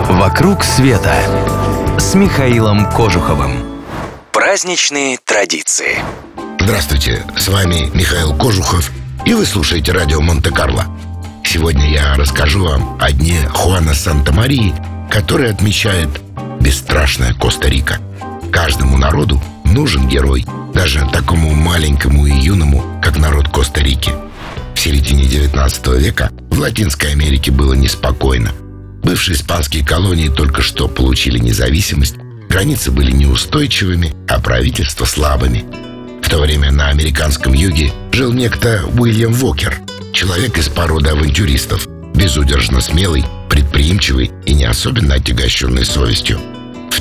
«Вокруг света» с Михаилом Кожуховым. Праздничные традиции. Здравствуйте, с вами Михаил Кожухов, и вы слушаете радио Монте-Карло. Сегодня я расскажу вам о дне Хуана Санта-Марии, который отмечает бесстрашная Коста-Рика. Каждому народу нужен герой, даже такому маленькому и юному, как народ Коста-Рики. В середине 19 века в Латинской Америке было неспокойно. Бывшие испанские колонии только что получили независимость, границы были неустойчивыми, а правительства слабыми. В то время на американском юге жил некто Уильям Вокер, человек из породы авантюристов, безудержно смелый, предприимчивый и не особенно отягощенный совестью. В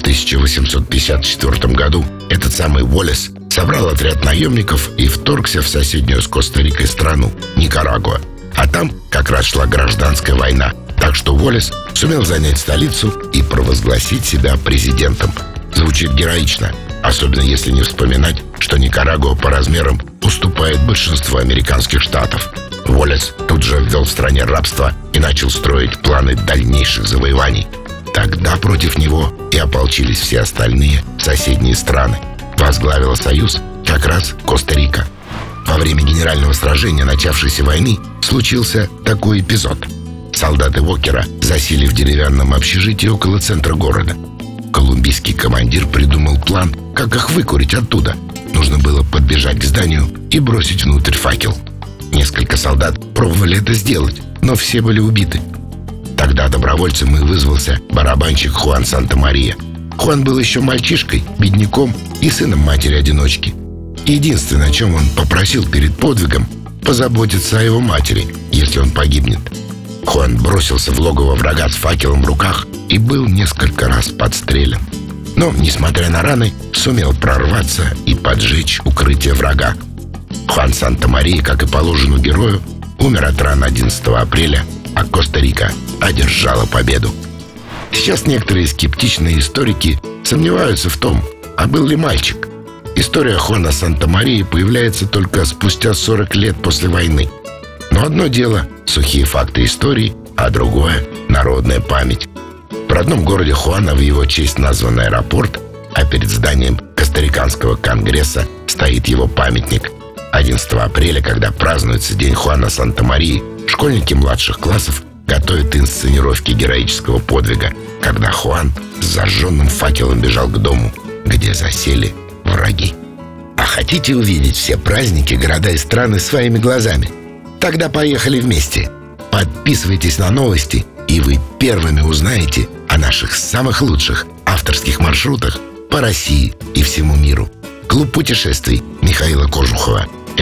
1854 году этот самый Уоллес собрал отряд наемников и вторгся в соседнюю с Коста-Рикой страну, Никарагуа. А там как раз шла гражданская война, так что Уоллес сумел занять столицу и провозгласить себя президентом. Звучит героично, особенно если не вспоминать, что Никарагуа по размерам уступает большинству американских штатов. Уоллес тут же ввел в стране рабство и начал строить планы дальнейших завоеваний. Тогда против него и ополчились все остальные соседние страны. Возглавила союз как раз Коста-Рика. Во время генерального сражения начавшейся войны случился такой эпизод. Солдаты Вокера засели в деревянном общежитии около центра города. Колумбийский командир придумал план, как их выкурить оттуда. Нужно было подбежать к зданию и бросить внутрь факел. Несколько солдат пробовали это сделать, но все были убиты. Тогда добровольцем и вызвался барабанщик Хуан Санта-Мария. Хуан был еще мальчишкой, бедняком и сыном матери-одиночки. Единственное, о чем он попросил перед подвигом, позаботиться о его матери, если он погибнет. Хуан бросился в логово врага с факелом в руках и был несколько раз подстрелен. Но, несмотря на раны, сумел прорваться и поджечь укрытие врага. Хуан Санта-Мария, как и положено герою, умер от ран 11 апреля, а Коста-Рика одержала победу. Сейчас некоторые скептичные историки сомневаются в том, а был ли мальчик. История Хуана Санта-Марии появляется только спустя 40 лет после войны. Но одно дело — сухие факты истории, а другое — народная память. В родном городе Хуана в его честь назван аэропорт, а перед зданием Костариканского конгресса стоит его памятник. 11 апреля, когда празднуется День Хуана Санта-Марии, школьники младших классов готовят инсценировки героического подвига, когда Хуан с зажженным факелом бежал к дому, где засели враги. А хотите увидеть все праздники, города и страны своими глазами? Тогда поехали вместе. Подписывайтесь на новости, и вы первыми узнаете о наших самых лучших авторских маршрутах по России и всему миру. Клуб путешествий Михаила Кожухова.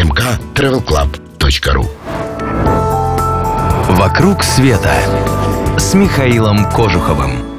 mktravelclub.ru. «Вокруг света» с Михаилом Кожуховым.